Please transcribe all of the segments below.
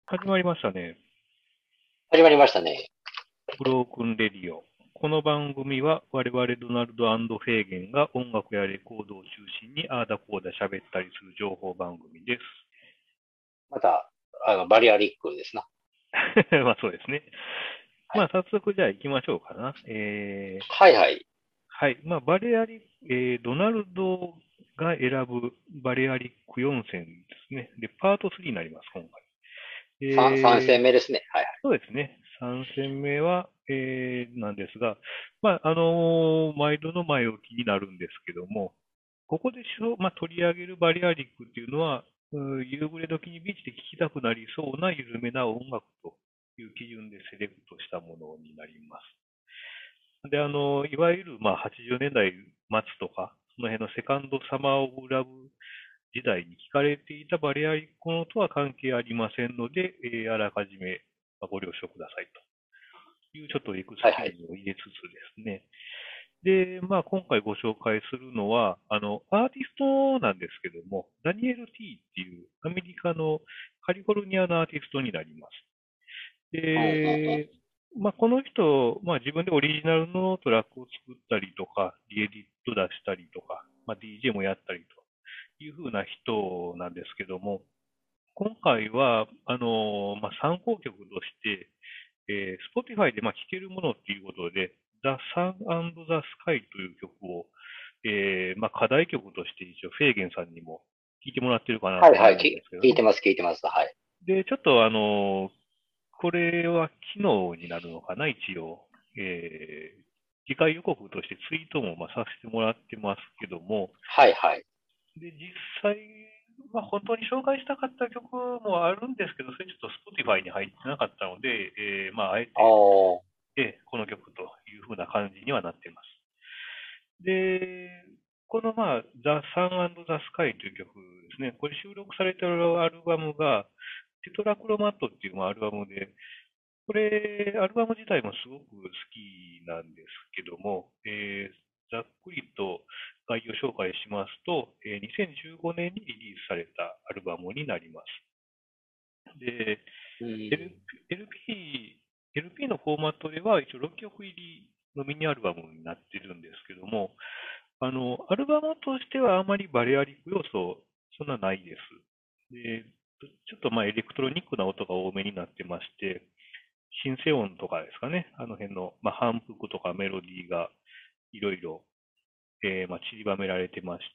始まりましたね。 始まりましたね。 ブロークンレディオ。この番組は我々ドナルドフェーゲンが音楽やレコードを中心にああだこうだ喋ったりする情報番組です。 また、バリアリックですな。 まあそうですね。 はい。 まあ早速じゃあ行きましょうかな。 はいはい。 はい。まあバレアリ、ドナルドが選ぶバレアリック4選ですね。で、パート3になります、今回。 三戦目ですね。はいはい。 そうですね。3戦目は、なんですが、まあ、毎度の前置きになるんですけども、ここで取り上げるバリアリックっていうのは、夕暮れ時にビーチで聴きたくなりそうな緩めな音楽という基準でセレクトしたものになります。で、いわゆる、80年代末とか、その辺のセカンドサマーオブラブ時代に聞かれていたバリアリックのとは関係ありませんので、あらかじめご了承くださいというちょっとエクスはいはい。 キューズを入れつつですね。で、今回ご紹介するのは、アーティストなんですけども、ダニエル・ティーっていうアメリカのカリフォルニアのアーティストになります。 うんうんうん。 で、この人、自分でオリジナルのトラックを作ったりとか、リエディット出したりとか、DJ もやったりという風な人なんですけども、今回は、参考曲として、Spotify で聴けるものっていうことで、The Sun and the Sky という曲を、課題曲として一応フェーゲンさんにも聴いてもらってるかなはいはい。 と思うんですけどね。 聞いてます、聞いてます。はい。 で、ちょっとこれは機能になるのかな、一応。次回予告としてツイートもさせてもらってますけども、 はいはい。 で、実際、本当に紹介したかった曲もあるんですけど、それちょっと Spotify に入ってなかったので、あえあて、 あ。 この曲という風な感じにはなっています。で、このThe Sun and the Sky という曲ですね、これ収録されているアルバムが、テトラクロマットっていうアルバムで、これ、アルバム自体もすごく好きなんですけども、ざっくりと概要紹介しますと、2015年にリリースされたアルバムになります。で、 う L- ん。 LP のフォーマットでは一応6曲入りのミニアルバムになってるんですけども、アルバムとしてはあまりバレアリック要素、そんなないです。で、ちょっとエレクトロニックな音が多めになってまして、シンセ音とかですかね、あの辺の、反復とかメロディーがいろいろ、散りばめられてまして、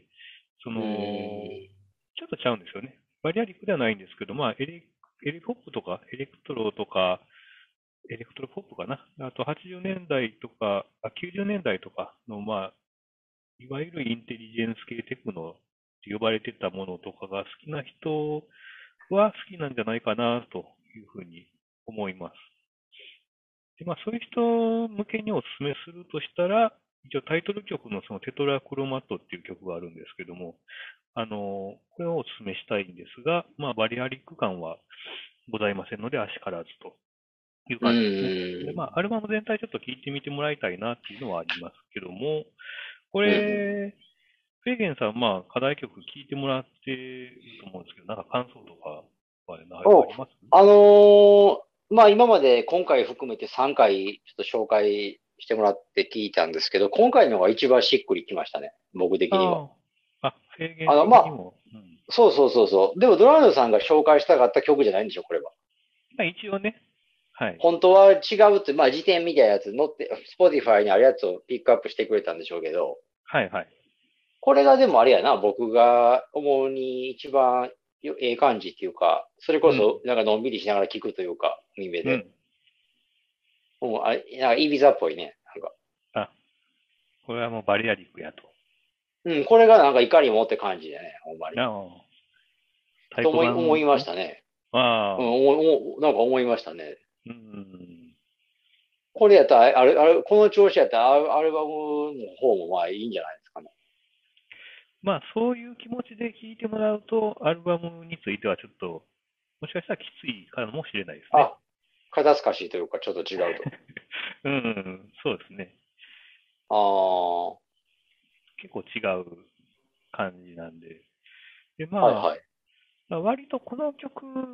そうの、 ん。 ちょっとちゃうんですよね。バリアリックではないんですけど、エレポップとか、エレクトロとか、エレクトロポップかな。あと80年代とか、90年代とかの、いわゆるインテリジェンス系テクノって呼ばれてたものとかが好きな人は好きなんじゃないかなというふうに思います。で、そういう人向けにお勧めするとしたら、一応タイトル曲のそのテトラクロマットっていう曲があるんですけども、これをお勧めしたいんですが、バリアリック感はございませんので、あしからずというう感じですね。で、 ん。 アルバム全体ちょっと聴いてみてもらいたいなっていうのはありますけども、こうん。 れ、フェーゲンさん、課題曲聴いてもらってると思うんですけど、なんか感想とかはあお、 ります？ 今まで今回含めて3回ちょっと紹介してもらって聞いたんですけど、今回のが一番しっくりきましたね。僕的には。 あフェーゲンあの、まあ、 的にも、うん。 そうそうそうそう。でもドナルドさんが紹介したかった曲じゃないんでしょ、これは。 一応ね、はい。 本当は違うって、辞典みたいなやつ載って、Spotify にあるやつをピックアップしてくれたんでしょうけど、 はいはい。 これがでもあれやな、僕が思うに一番ええ感じっていうか、それこうん。 そなんかのんびりしながら聞くというか、海辺で。 うん。 もうなんかイビザっぽいね。なんか、 あ、これはもうバリアリックやと。 うん、これがなんか怒りもって感じでね、ほんまに。 タイプと思いまし版、 たね。うん、 ああ、 なんか思いましたね。 うん。 これやったら、この調子やったらアルバムの方もまあいいんじゃないですかね。 そういう気持ちで聴いてもらうと、アルバムについてはちょっと、もしかしたらきついかもしれないですね。 あ、肩透かしというかちょっと違うと。 うん、そうですね。 ああ、は結構違う感じなんで。で、 いはい。 割とこの曲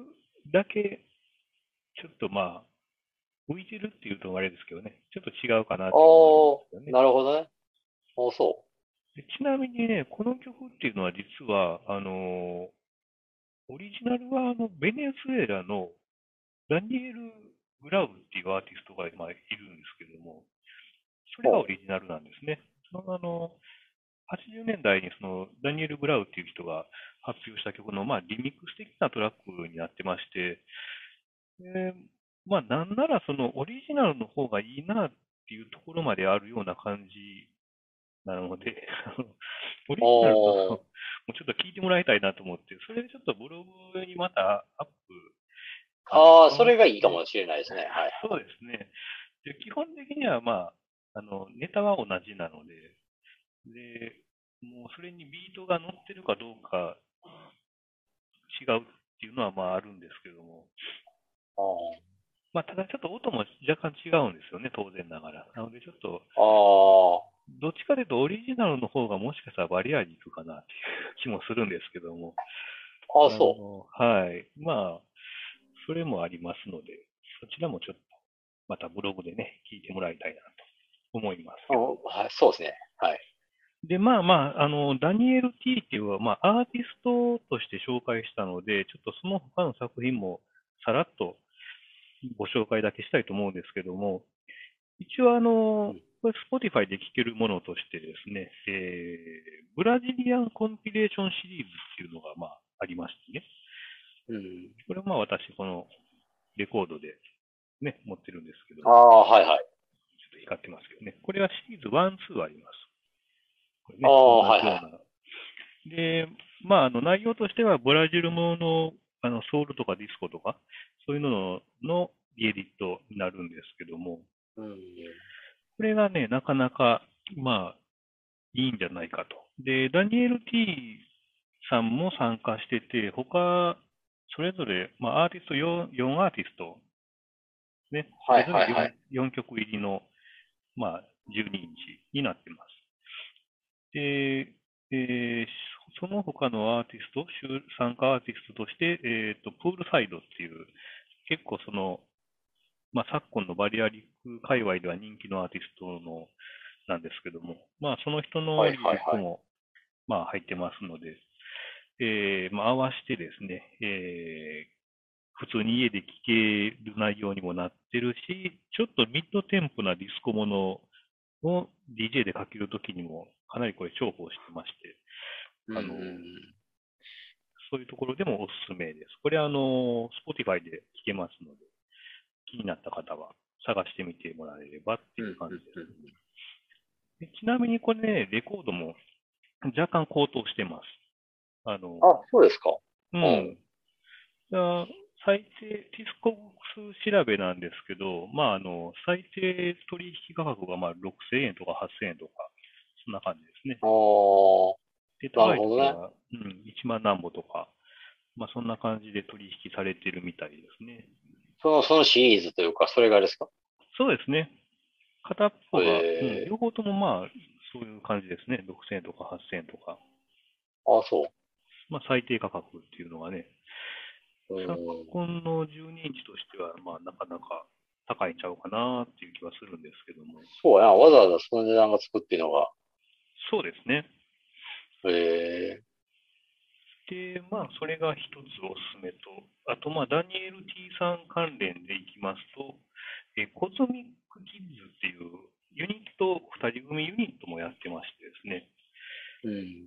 だけ、ちょっとまあ、浮いてるっていうとあれですけどね、ちょっと違うかなあっていうのはあるんであ、 すけどね。 なるほどね。あ、そでちなみにね、この曲っていうのは実は、オリジナルはベネズエラのダニエル・グラウっていうアーティストが今いるんですけども、それがオう。 リジナルなんですね。80年代にそのダニエル・グラウっていう人が発表した曲の、まあ、リミックス的なトラックになってまして、でまあ、なんならそのオリジナルの方がいいなっていうところまであるような感じなので、オリジナルの方おー。 もちょっと聞いてもらいたいなと思って、それでちょっとブログにまたアップ、 ああ、 しますそれがいいかもんで、 しれないですね。はい。 そうですね。で、基本的にはまあ、ネタは同じなので、で、もうそれにビートが乗ってるかどうか違うっていうのはまああるんですけども、まあただちょっと音も若干違うんですよね、当然ながら。なのでちょっと、 ああ、 どっちかというとオリジナルの方がもしかしたらバリアに行くかなっていう気もするんですけども、 ああ、そはい。まあ、それもありますので、そちらもちょっとまたブログでね、聞いてもらいたいなと思いますう。 けど。 はい、そうですね。はい。 で、まあまあ、ダニエル・ティーっていうのは、まあ、アーティストとして紹介したので、ちょっとその他の作品もさらっとご紹介だけしたいと思うんですけども、一応うん。 これ Spotify で聴けるものとしてですね、ブラジリアンコンピレーションシリーズっていうのがまあありましてね、 うん。 これはまあ私このレコードでね、持ってるんですけども、 ああ、はいはい。 ちょっと光ってますけどね、これはシリーズ1、2あります。これね、同ああ、はいはい。 じような。で、まあ内容としてはブラジルもの、ソウルとかディスコとか、そういうのエディットになるんですけども、 うん。 これがね、なかなか、まあ、いいんじゃないかと。で、ダニエル・ティーさんも参加してて、他、それぞれ、まあ、アーティスト4アーティスト、ね、そはいれぞれはいはい。 4曲入りの、まあ、12インチになってます。で、その他のアーティスト、参加アーティストとして、プールサイドっていう、結構その、まあ、昨今のバリアリック界隈では人気のアーティストなんですけども、まあ、その人のはいリはいはい。 リックも、まあ、入ってますので、まあ、合わせてですね、普通に家で聴ける内容にもなってるし、ちょっとミッドテンポなディスコものを DJ でかけるときにもかなりこれ重宝してまして、 うんうあの、 んそういうところでもおすすめです。これSpotify で聴けますので、気になった方は探してみてもらえればってうん。ういうんうんうん。 感じです。でちなみにこれね、レコードも若干高騰してます。あの、 あ、そうですか。うん。 うん。じゃあ最低、ディスコボックス調べなんですけど、まあ、最低取引価格がまあ6000円とか8000円とか、そんな感じですね。 ああ、 で、 な高いるほどね。 時は、1万何ぼとか、まあ、そんな感じで取引されてるみたいですね。 そのシリーズというか、それがですか？ そうですね。片っぽが、 ええ、 両方ともまあ、そういう感じですね。6000円とか8000円とか。 あ、そまあ、最低価格っていうのがね、 う。う昨ん。 今の12インチとしては、まあ、なかなか高いんちゃうかなっていう気はするんですけども。 そうやな。わざわざその値段がつくっていうのが。 そうですね。 ええ、 で、まあ、それが一つおすすめと、あと、まあ、ダニエル T さん関連でいきますと、コズミックキッズっていうユニット、二人組ユニットもやってましてですね、 うん。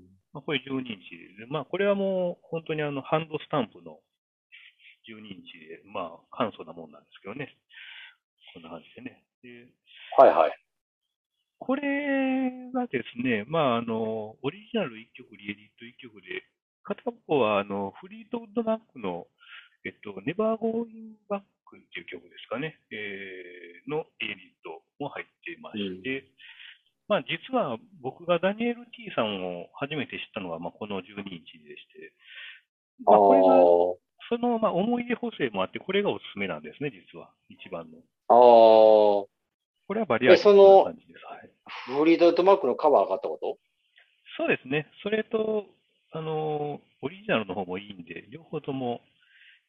まあ、これ12インチで、まあ、これはもう本当にハンドスタンプの12インチで、まあ、簡素なもんなんですけどね、こんな感じでね。で、 はいはい。 これがですね、まあ、オリジナル1曲、リエディット1曲で、片方は、フリートウッドマックの、ネバーゴーインバックっていう曲ですかね、のリエディットも入っていまうん。 して、まあ、実は僕がダニエル T さんを初めて知ったのは、まあ、この12インチでして、 あまあ、これが、 あ、 その、まあ、思い出補正もあって、これがおすすめなんですね、実は、一番の。 ああ。 これはバリアえ、 リックなその、 感じです。はい。 フリードットマークのカバーがあったこと？ そうですね。それと、オリジナルの方もいいんで、両方とも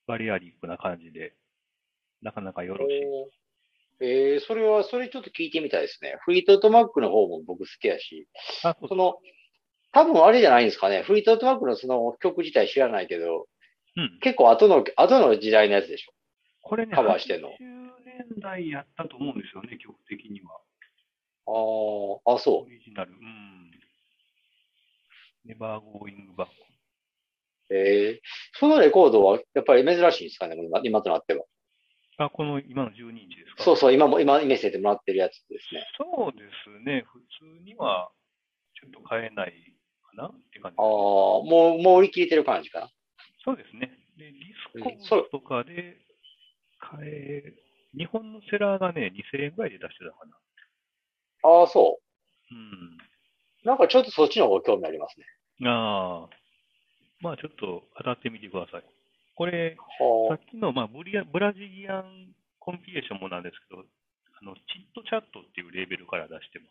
バリアリックな感じで、なかなかよろしい。 おーそれちょっと聞いてみたいですね。フリートウッドマックの方も僕好きやし、 あ、そうです。 その、多分あれじゃないんですかね。フリートウッドマックのその曲自体知らないけど、 うん。 結構後の時代のやつでしょ。 これね、 カバーしてんの。 80年代やったと思うんですよね、曲的には。 そオリジナル。うん。Never Going Back。 う。そのレコードはやっぱり珍しいんですかね、今となっては。 あ、この今の12インチですか？ そうそう、今見せてもらってるやつですね。 そうですね。普通にはちょっと買えないかなって感じですね。 もう売り切れてる感じかな。 そうですね。で、ディスコうん、それ、 ースとかで買え、日本のセラーがね、2000円ぐらいで出してたかな。 そうん。 う。なんかちょっとそっちの方が興味ありますね。 ああ、まあちょっと当たってみてください。これ、さはっきの、まあ、ブラジリアンコンピレーションもなんですけど、チットチャットっていうレーベルから出してま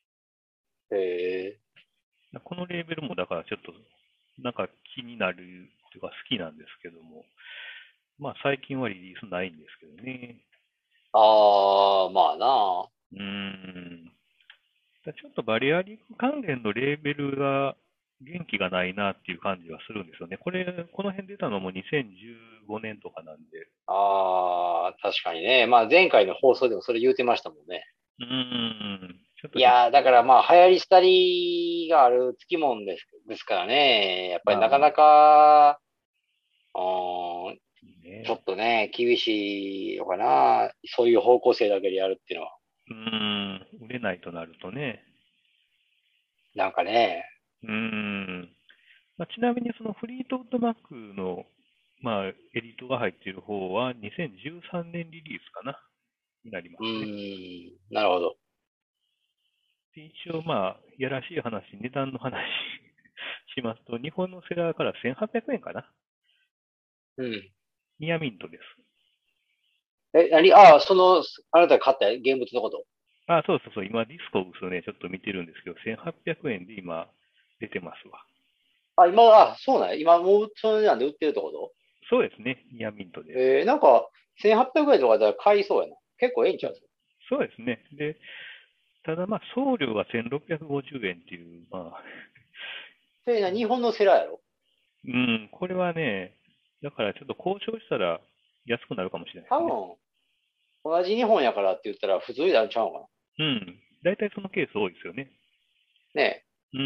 えす。このレーベルもだからちょっと、なんか気になるというか好きなんですけども、まあ最近はリリースないんですけどね。 まあな。 うーん。ちょっとバリアリック関連のレーベルが元気がないなっていう感じはするんですよね。この辺出たのも2015年とかなんで。 確かにね。まあ前回の放送でもそれ言うてましたもんね。 うーん。ちょっとヒッいやー、だからト、 まあ流行り廃りがあるつきもんですからね。やっぱりなかなまあ、 か、うーん、ちょね。 っとね、厳しいのかな。そういう方向性だけでやるっていうのは。 うーん。売れないとなるとね。 なんかね。 うーん。まあ、ちなみにそのフリートウッドマックの、まあ、エディートが入っている方は2013年リリースかなになりまうすね。 ーん、なるほど。 で一応まあ、いやらしい話、値段の話しますと、日本のセラーから1800円かな。 うん。 ニアミントです。 あなたが買った現物のこと。 あ、そうそうそう、今ディスコグスね、ちょっと見てるんですけど、1800円で今出てますわ。 そうなんや。今もうその値段で売ってるってこと？ そうですね、ニアミントです。 なんか、1800円とかだったら買いそうやな。結構ええんちゃう？ そうですね。で、ただまあ、送料が1650円っていう、まあ、 それな、日本のセラーやろ？ うん、これはね、だからちょっと交渉したら安くなるかもしれないですね。 多分、同じ日本やからって言ったら普通になるんちゃうのかうん。大体そのケース多いですよね。 な。ねうんうん。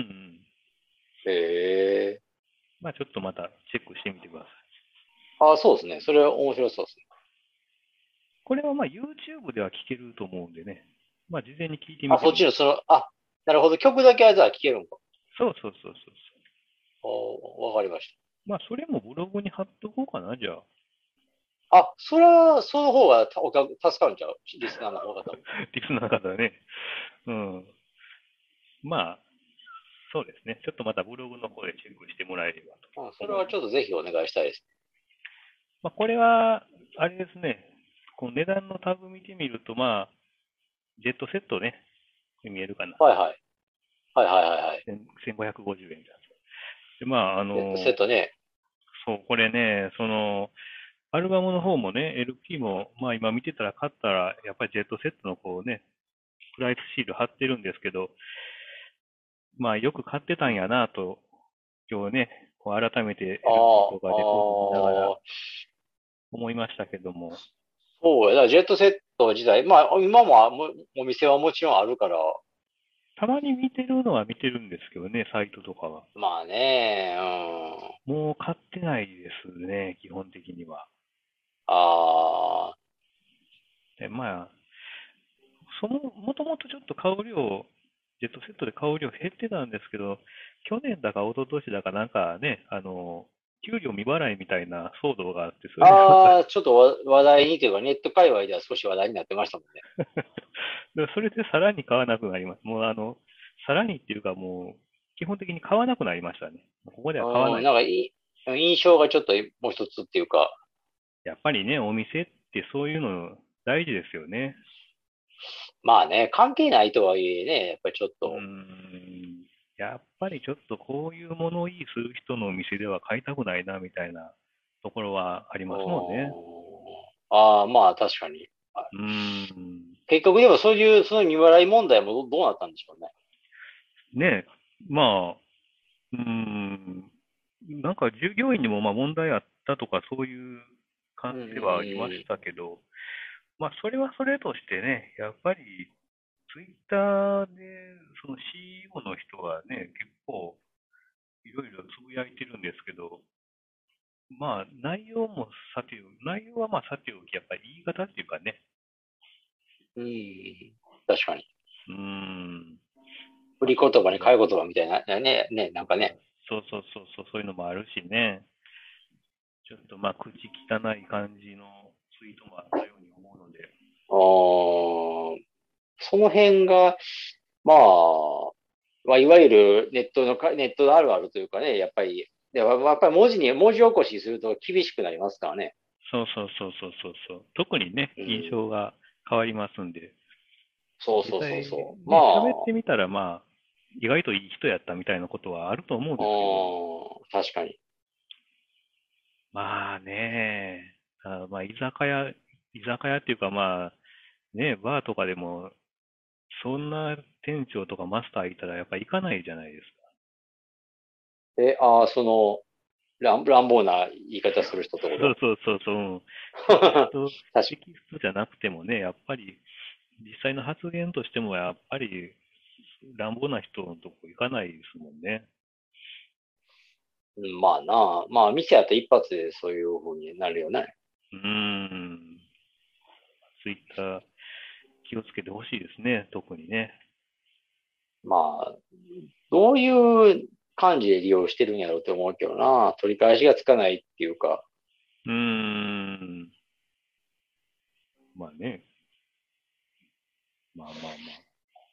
え。 まあちょっとまたチェックしてみてください。 そうですね。それは面白そうですね。 これはまあ YouTube では聞けると思うんでね。まあ事前に聞いてみてそっも。 ちのなるほど。曲だけはじゃあ聴けるんか。 そうそうそうそうそう。 わかりましまあそれもブログに貼っとこうかな、じゃあ。 た。それは、その方が助かるんちゃう？リスナーの方々も。 リスナーの方ね。うん。まあ、そうですね。ちょっとまたブログの方でチェックしてもらえればそれはちょっと思います。 とぜひお願いしたいです。 まあこれは、あれですね。この値段のタグ見てみると、まあ、ジェットセットね、見えるかな。 はいはい。はいはいはいはい。 1550円じゃん。で、まあ、 セットね。 そう、これね、アルバムの方もね、LP も、まあ今見てたら買ったら、やっぱりジェットセットのこうね、プライスシール貼ってるんですけど、まあよく買ってたんやなと、今日ね、こう改めてあ LP あ、 とかレコード見ながら思いましたけども、 そうや。だからジェットセット自体、まあ今もお店はもちろんあるから、 たまに見てるのは見てるんですけどね、サイトとかは。 まあね、 もう買ってないですね、基本的には。 あで、まあ、もともとちょっと買う量、ジェットセットで買う量減ってたんですけど、去年だか一昨年だかなんかね、給料未払いみたいな騒動があって、それでまた、 ちょっと話題にというか、ネット界隈では少し話題になってましたもんね。 それでさらに買わなくなります。もうさらにっていうかもう、基本的に買わなくなりましたね。ここでは買わない。 なんか印象がちょっともう一つっていうか、 やっぱりね、お店ってそういうの大事ですよね。 まあね、関係ないとはいえね、やっぱりちょっうーと、 ん。やっぱりちょっとこういう物言いする人のお店では買いたくないな、みたいなところはありますもんね。 ああ、まあ確かに。 うーん。 結局でもそういう、その未払い問題もどうなったんでしょうね。 ねえ、まあ、うーん、なんか従業員にもまあ問題あったとかそういううんうん感じではありましうん。 たけど、まあそれはそれとしてね、やっぱりツイッターでその CEO の人はね、結構いろいろつぶやいてるんですけど、まあ内容もさておき、内容はまあさておき、やっぱり言い方っていうかね、 うん。確かに。 うーん、 売まあり言葉にちょっと、 買い言葉みたいな、ね、ね、なんかね。 そうそうそうそう、そういうのもあるしね、ちょっとまあ口汚い感じのツイートもあったように思うので、 あーその辺が、まあ、まあ、いわゆるネットあるあるというかね、やっぱり、やっぱり文字起こしすると厳しくなりますからね。 そうそうそうそうそうそう。特にね、 うん。 印象が変わりますんで、 そうそうそう実際そう。まね、喋っあ、 てみたらまあ、意外といい人やったみたいなことはあると思うんですけど、 確かに。 まあね、まあ居酒屋っていうかまあ、ね、バーとかでも、そんな店長とかマスターいたらやっぱ行かないじゃないですか。 その、乱暴な言い方する人ってこそうと？ そうそうそう。うんテキスト、 確かテキストじゃなくてもね、やっぱり実際の発言としてもやっぱり乱暴な人のとこ行かないですもんね。 に。うんまあな、まあ店やったら一発でそういう風になるよね。 うーん。ツイッター気をつけてほしいですね、特にね。 まあ、どういう感じで利用してるんやろうって思うけどな。取り返しがつかないっていうか。 うーん。まあね。まあまあまあ。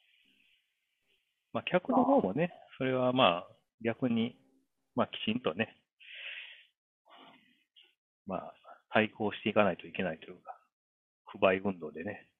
まあ客の方まあ、 もね、それはまあ逆に、まあきちんとね、まあ対抗していかないといけないというか、不買運動でね。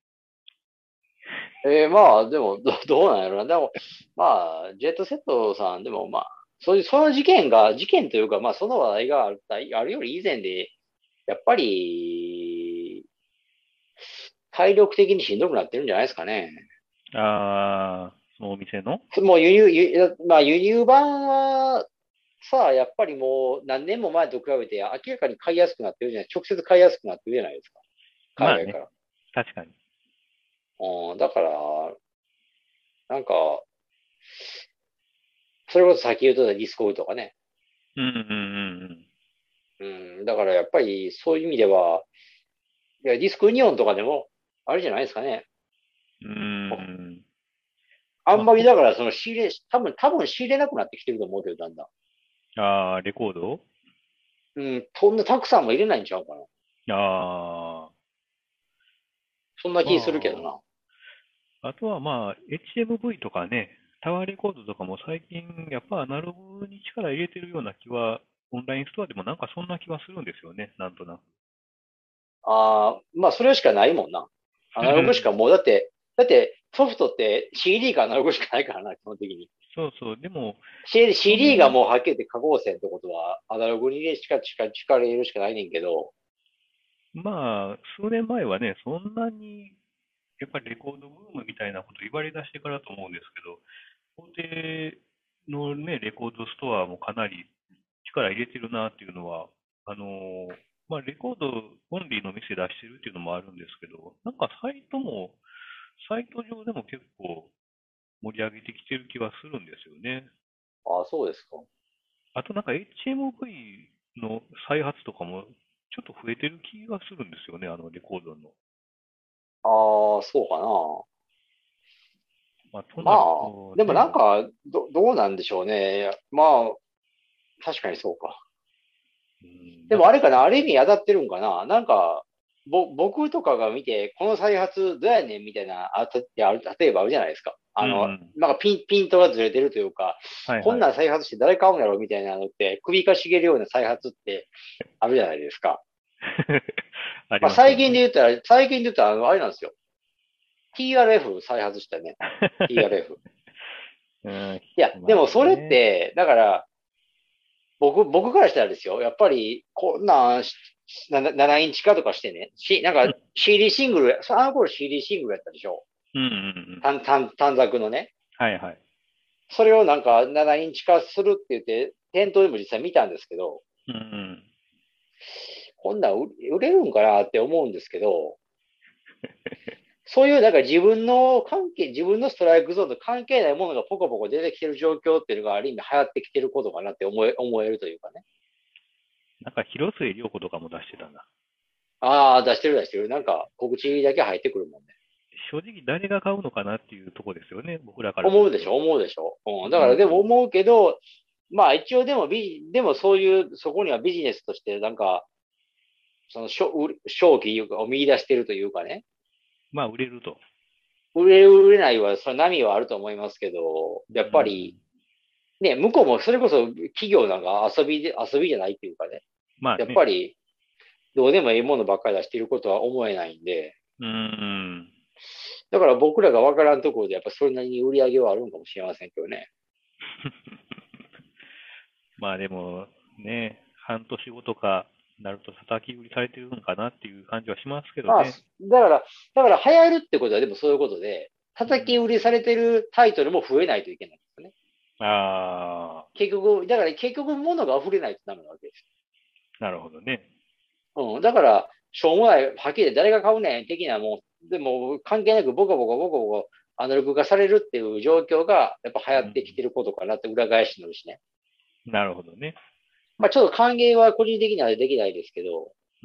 まあ、でも、どうなんやろな。でも、まあ、ジェットセットさんでも、まあ、その事件というか、まあ、その話題があるより以前で、やっぱり、体力的にしんどくなってるんじゃないですかね。 そのお店のもうまあ、輸入版は、さあ、やっぱりもう何年も前と比べて明らかに買いやすくなってるじゃない、直接買いやすくなってるじゃないですか。海まあね、 外から。 確かに。 だから、なんか、それこそ先言うとディスコードとかね。 うんうんうん、だからやっぱりそういう意味では、いや、ディスクユニオンとかでも、あれじゃないですかね。 うんうん。まあ、 あんまりだからその多分仕入れなくなってきてると思うけど、だんだん。 レコードうん、そんなたくさんも入れないんちゃうかな。 あそんな気するけどまな。 あとはまあ、HMV とかね、タワーレコードとかも最近、やっぱアナログに力入れてるような気は、オンラインストアでもなんかそんな気はするんですよね、なんとなく。 まあそれしかないもんな。アナログしかもう、だってソフトって CD かアナログしかないからな、基本的に。 そうそう、でも、そ CD がの、 もうはっきり言って過合線ってことは、アナログに力入れるしかないねんけど、 まあ、数年前はね、そんなに、やっぱりレコードブームみたいなこと言われ出してからと思うんですけど、大手のね、レコードストアもかなり力入れてるなっていうのは、あのまあ、レコードオンリーの店出してるっていうのもあるんですけど、なんかサイト上でも結構盛り上げてきてる気はするんですよね。 そうですか。 あとなんか HMV の再発とかもちょっと増えてる気がするんですよね、あのレコードの。 そうかな。 まあ、となるまあ、でもなんとね、 か、どうなんでしょうね。まあ、確かにそうか。 うん、だから、 でもあれかな、ある意味当たってるんかな。なんか、僕とかが見て、この再発どうやねんみたいな、例えばあるじゃないですか。 うんうん、 なんかピントがずれてるというか、 はいはい。 こんなん再発して誰買うんやろみたいなのって、首かしげるような再発ってあるじゃないですか。 ありまあ、 ますよね。 最近で言ったら、あれなんですよ。TRF 再発したね。TRF。 うん、 いや、でまあもそれっね。 て、だから、 僕からしたらですよ。やっぱり、こんなん7インチ化とかしてね。なんか CD シングル、あの頃 CD シングルやったでしょ。 うんうんうん。 短冊のね。 はいはい。 それをなんか7インチ化するって言って、店頭でも実際見たんですけど、 うんうん。 こんなん売れるんかなって思うんですけど、そういうなんか自分のストライクゾーンと関係ないものがポコポコ出てきてる状況っていうのがある意味流行ってきてることかなって思えるというかね。 なんか広末涼子とかも出してたな。 ああ、出してる。なんか告知だけ入ってくるもんね。 正直誰が買うのかなっていうところですよね、僕らからすると。 思うでしょ。 ううん。だからでもん。 思うけど、まあ一応でもそういう、そこにはビジネスとしてなんか、その商機を見出してるというかね。 まあ売れると。 売れないは、その波はあると思いますけど、 うやっぱり、 ん。 ね、向こうもそれこそ企業なんか遊びじゃないっていうかね。やっまあね。 ぱり、どうでもいいものばっかり出していることは思えないんで、 うん。 だから僕らがわからんところでやっぱそれなりに売り上げはあるのかもしれませんけどね。 まあでもね、半年後とかなると叩き売りされてるのかなっていう感じはしますけどまあ、 ね。 だから流行るってことはでもそういうことで、叩き売うん。 りされてるタイトルも増えないといけないんですよね。 あだから結局物が溢れないとダメなわけです。 あ、なるほどね。 うん。だから、しょうもない、はっきり誰が買うねん的なもん、でも関係なくボコボコボコボコアナログ化されるっていう状況がやっぱ流行ってきてることかなって裏返しになるしね。 なるほどね。 まあちょっと歓迎は個人的にはできないですけど、 うん。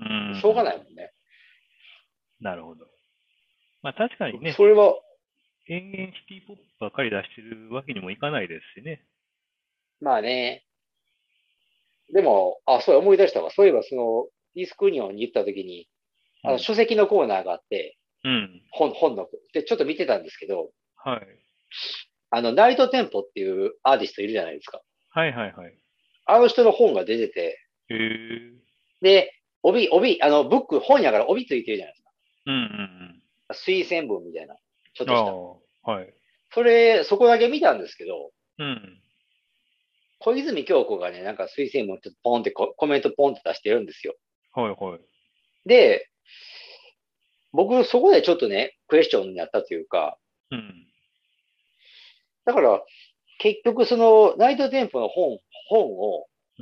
しょうがないもんね。 なるほど。まあ確かにね、 それは、 延々シティポップばっかり出してるわけにもいかないですしね。 まあね。でも、そう思い出したわ。そういえばディスクニオンに行った時に、 うん。 書籍のコーナーがあって、 うん。 本の、で、ちょっと見てたんですけど、 はい。 ナイトテンポっていうアーティストいるじゃないですか。 はいはいはい。 あの人の本が出てて、 へえ。 で、ブック、本やから帯ついてるじゃないですうんうんか。推薦文みたいな。ちょっうん。あとした。 あ、はい。 そこだけ見たんですけど、 うん。 小泉京子がね、なんか推薦文ちょっとポンってコメントポンって出してるんですよ。 はいはい。 で、僕そこでちょっとね、クエスチョンになったというか、 うん。 だから結局ナイトテンポの本を、 うん。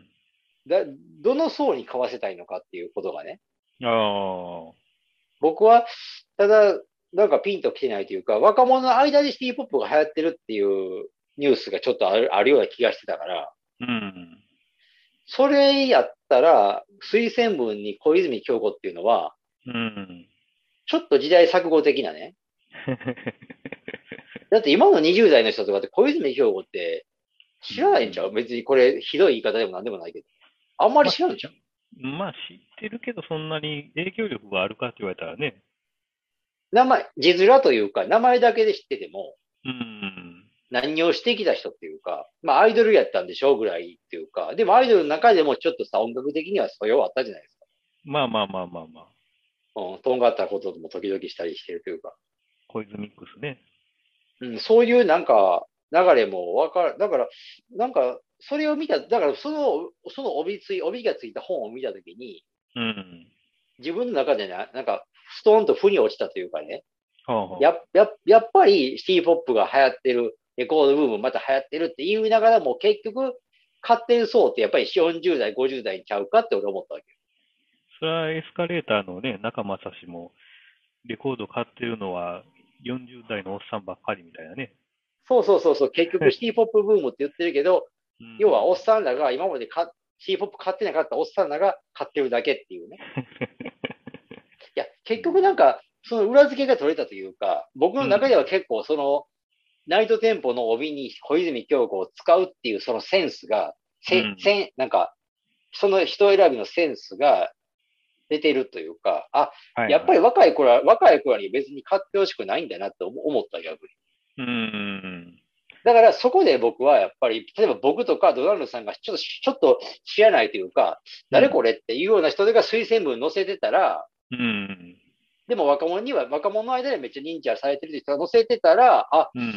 どの層に買わせたいのかっていうことがね、 ああ、 僕は、ただ、なんかピンと来てないというか、若者の間でシティポップが流行ってるっていうニュースがちょっとあるような気がしてたから、 うん。 それやったら、推薦文に小泉京子っていうのは、 うん。 ちょっと時代錯誤的なね。だって今の20代の人とかって小泉京子ってう知らないんちゃう？ ん。 別にこれひどい言い方でもなんでもないけど。あんまりまあ、 知らんちゃう？ まあ知ってるけどそんなに影響力があるかって言われたらね。 字面というか、名前だけで知ってても、 うん。 何をしてきた人っていうか、まあアイドルやったんでしょうぐらいっていうか、でもアイドルの中でもちょっとさ、音楽的には素養あったじゃないですまあまあまあまあまあ。 か。うん、とんがったことも時々したりしてるというか。 コイズミックスね。 うん、そういうなんか流れもわかる。だから、なんか、それを見た、だからその帯がついた本を見たときに、 うん。 自分の中でね、なんか、ストーンと腑に落ちたというかね、 はあはやっぱりシティポップが流行ってる、レコードブームまた流行ってるって言いながらも結局、買ってる層ってやっぱり40代、50代にちゃうかって俺思ったわけ。 それはエスカレーターのね、中正氏もレコード買ってるのは40代のおっさんばっかりみたいなね。 そう。結局シティポップブームって言ってるけど、 うん。 要はおっさんらが今までシティポップ買ってなかったおっさんらが買ってるだけっていうね。いや、結局なんか、その裏付けが取れたというか、僕の中でうん。 は結構ナイトテンポの帯に小泉京子を使うっていうそのセンスが、 うん。 なんか、その人選びのセンスが出てるというか、やっぱりはいはい。 若い頃に別に買ってほしくないんだなって思った逆に。 うん。 だからそこで僕はやっぱり、例えば僕とかドナルドさんがちょっと知らないというか、 うん。 誰これっていうような人が推薦文載せてたら、 うん。 でも若者の間でめっちゃ認知されてる人が載せてたら、 うん。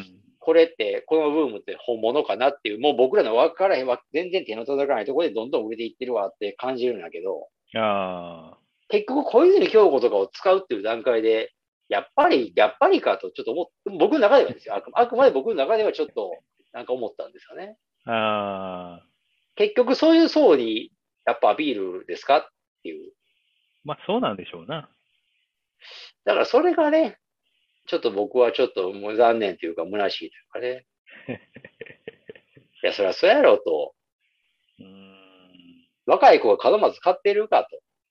これって、このブームって本物かなっていう、もう僕らの分からへんわ、全然手の届かないところでどんどん売れていってるわって感じるんだけど、 あ結局小泉京子とかを使うっていう段階で、やっぱりかとちょっと僕の中ではですよ。あくまで僕の中ではちょっとなんか思ったんですよね。 あ、ああ、 結局そういう層にやっぱアピールですかっていう。 まあそうなんでしょうな。 だからそれがね、ちょっと僕はちょっともう残念というか虚しいというかね。いや、そりゃそうやろうと。 うーん。 若い子が門松買ってるかと。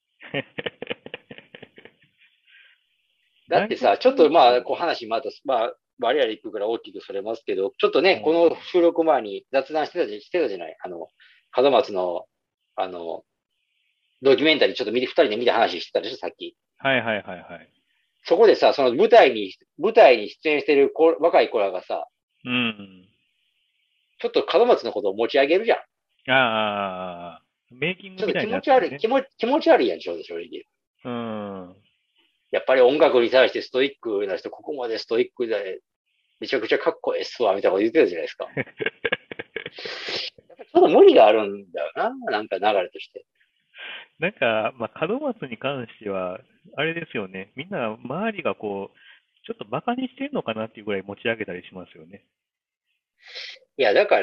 だって大学さ、ちょっとまあ、 生、 こう話また、まあ、我々行くから大きくそれますけど、ちょっとね、こうん。 の収録前に雑談してたじゃない。門松の、あの、ドキュメンタリーちょっと二人で見た話してたでしょ、さっき。 はいはいはいはい。 そこでさ、その舞台に出演してる若い子らがさ、 うん。 ちょっと門松のことを持ち上げるじゃん。 ああ、メイキングちょっとみたいになってるね。 気持ち悪いやん、ちょうど正直。 うん。 やっぱり音楽に対してストイックな人、ここまでストイックで、めちゃくちゃかっこいいっすわ、みたいなこと言ってたじゃないですか。やっぱちょっと無理があるんだよな、なんか流れとして。 なんか、まあ、門松に関しては、あれですよね。みんな周りがこう、ちょっとバカにしてるのかなっていうぐらい持ち上げたりしますよね。 いや、だから、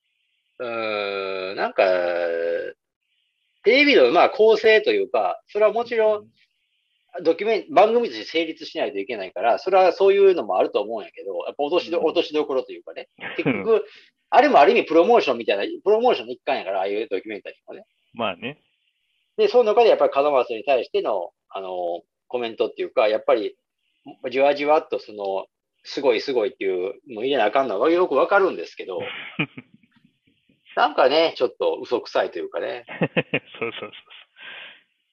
なんか、テレビのまあ構成というか、それはもちろん番組として成立しないといけないから、それはそういうのもあると思うんやけど、やっぱ落としどころというかね。結うん。 局、あれもある意味プロモーションみたいな、プロモーションの一環やから、ああいうドキュメンタリーもね。 まあね。 で、その中でやっぱり門松に対しての、コメントっていうか、やっぱり、じわじわっとすごいすごいっていう、もう入れなあかんのはよくわかるんですけど、なんかね、ちょっと嘘くさいというかね。 そうそうそう。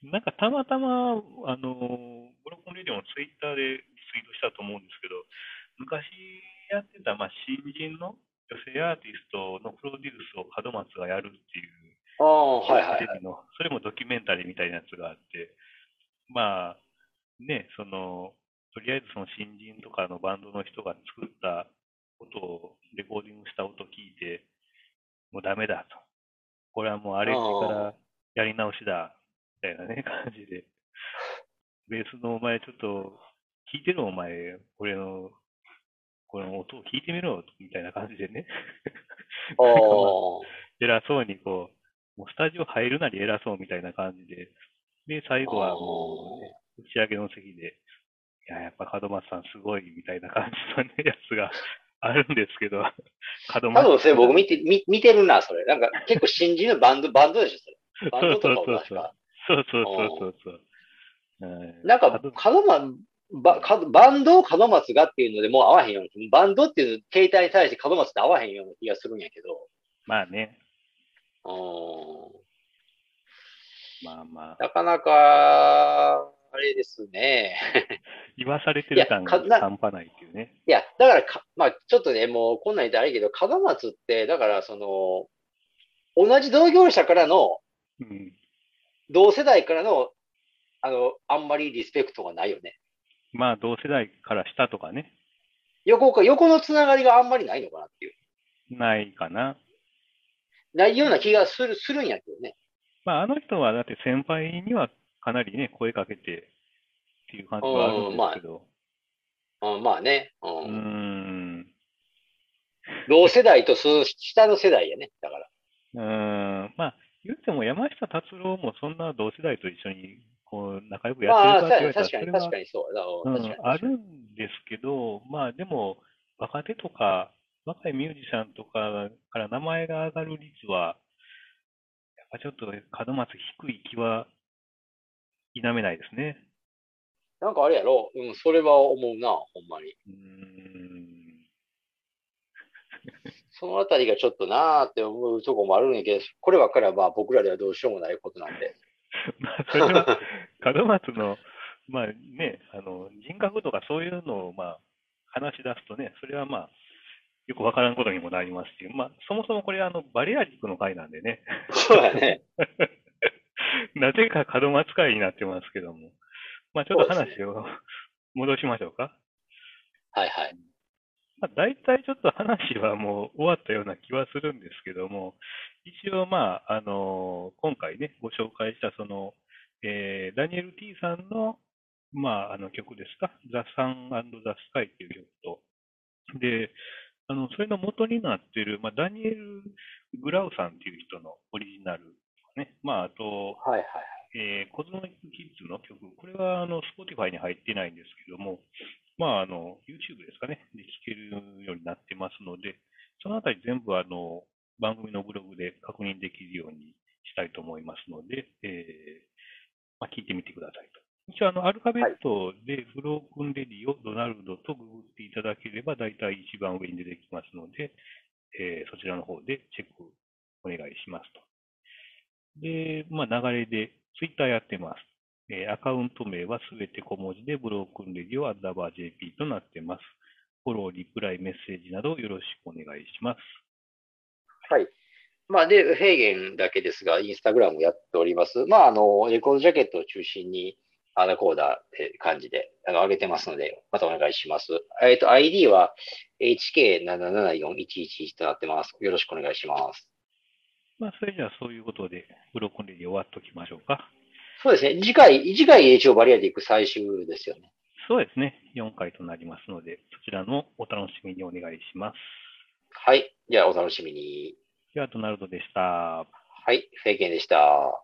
なんかたまたま、ブロッコンレディオのツイッターでリツイートしたと思うんですけど、昔やってた、まあ、新人の女性アーティストのプロデュースを門松がやるっていう、 ああ、はいはいはい。 テレビの、それもドキュメンタリーみたいなやつがあって、まあ、ね、とりあえずその新人とかのバンドの人が作った音を、レコーディングした音を聞いて、もうダメだと。これはもうアレンジからあやり直しだ、みたいなね、感じで。ベースのお前ちょっと聞いてるお前、俺のこの音を聞いてみろ、みたいな感じでね。 あ、あなんかまあ、 あ、 偉そうにこう、もうスタジオ入るなり偉そうみたいな感じで、で、最あ後はもうね、 あ。 打ち上げの席で、いや、やっぱ門松さんすごいみたいな感じのね、やつがあるんですけど、門松多分それさんみたいな。 見てるな、それ。なんか結構新人のバンドでしょ、それ。バンそうそうドとかをそうそう。 確か。 そうそうそううん。 そうそう。 なんか、バンドを門松がっていうのでもう合わへんような、バンドっていう形態に対して門松って合わへんような気がするんやけど。 まあね、 うん。 まあまあ、 なかなか、あれですね。 言わされていや、 る感が半端ないっていうね。 いや、だからまあ、ちょっとね、もうこんなん言ったらあれやけど、門松って、だから同じ同業者からの、 うん。 同世代からの、あんまりリスペクトがないよね。 まあ同世代から下とかね、 横のつながりがあんまりないのかなっていう。 ないかな。 ないような気うん。 がするんやけどね。 まああの人はだって先輩にはかなりね、声かけてっていう感じはあるんうん、 ですけど、 まあね。ううーん。 ん、 同世代と下の世代やね。だから。 まあ言っても山下達郎もそんな同世代と一緒にこう仲良くやってるまあ、 かって言われたら、 確それは、 かにそうだ。うん、確かにあ確かに。 るんですけど、まあでも、若手とか、若いミュージシャンとかから名前が上がる率は、やっぱちょっと門松低い気は否めないですね。 なんかあれやろ。うん、それは思うな、ほんまに。 うーん。 そのあたりがちょっとなーって思うとこもあるんやけど、こればっかりはまあ僕らではどうしようもないことなんで。 まあ、それは、門松の、まあね、人格とかそういうのを、まあ、話し出すとね、それはまあ、よくわからんことにもなりますし、まあ、そもそもこれ、バリアリックの回なんでね。 そうやね。 なぜか門松会になってますけども。まあ、ちょっとそうですね。 話を戻しましょうか。 はいはい。 まあ、大体ちょっと話はもう終わったような気はするんですけども、一応、今回ね、ご紹介したダニエル・ティーさんの、曲ですか、ザ・サンザ・スカイっていう曲と、で、それの元になっている、ダニエル・グラウさんっていう人のオリジナルとかね、あと、 はいはい。 コズモニック・キッズの曲、これはSpotify に入っていないんですけども、YouTube ですかね、で聴けるようになってますので、そのあたり全部番組のブログで確認できるようにしたいと思いますので、聞いてみてくださいと。一応アルファベッはい。 トでブロークンレディをドナルドとググっていただければ、大体一番上に出てきますので、そちらの方でチェックお願いしますと。で、流れで、ツイッターやってます。アカウント名はすべて小文字で、ブロークンレディオアッダーバー JP となってます。フォロー、リプライ、メッセージなどよろしくお願いします。 はい。で、フェーゲンだけですが、インスタグラムやっております。レコードジャケットを中心に、コーダーって感じで、上げてますので、またお願いします。ID は HK774111 となってます。よろしくお願いします。 それじゃあそういうことで、ブロークンレディ終わっときましょうか。 そうですね。次回一応バリアティック最終ですよね。 そうですね。4回となりますので、そちらのお楽しみにお願いします。 はい。じゃあ、お楽しみに。 では、ドナルドでした。 はい。フェーゲンでした。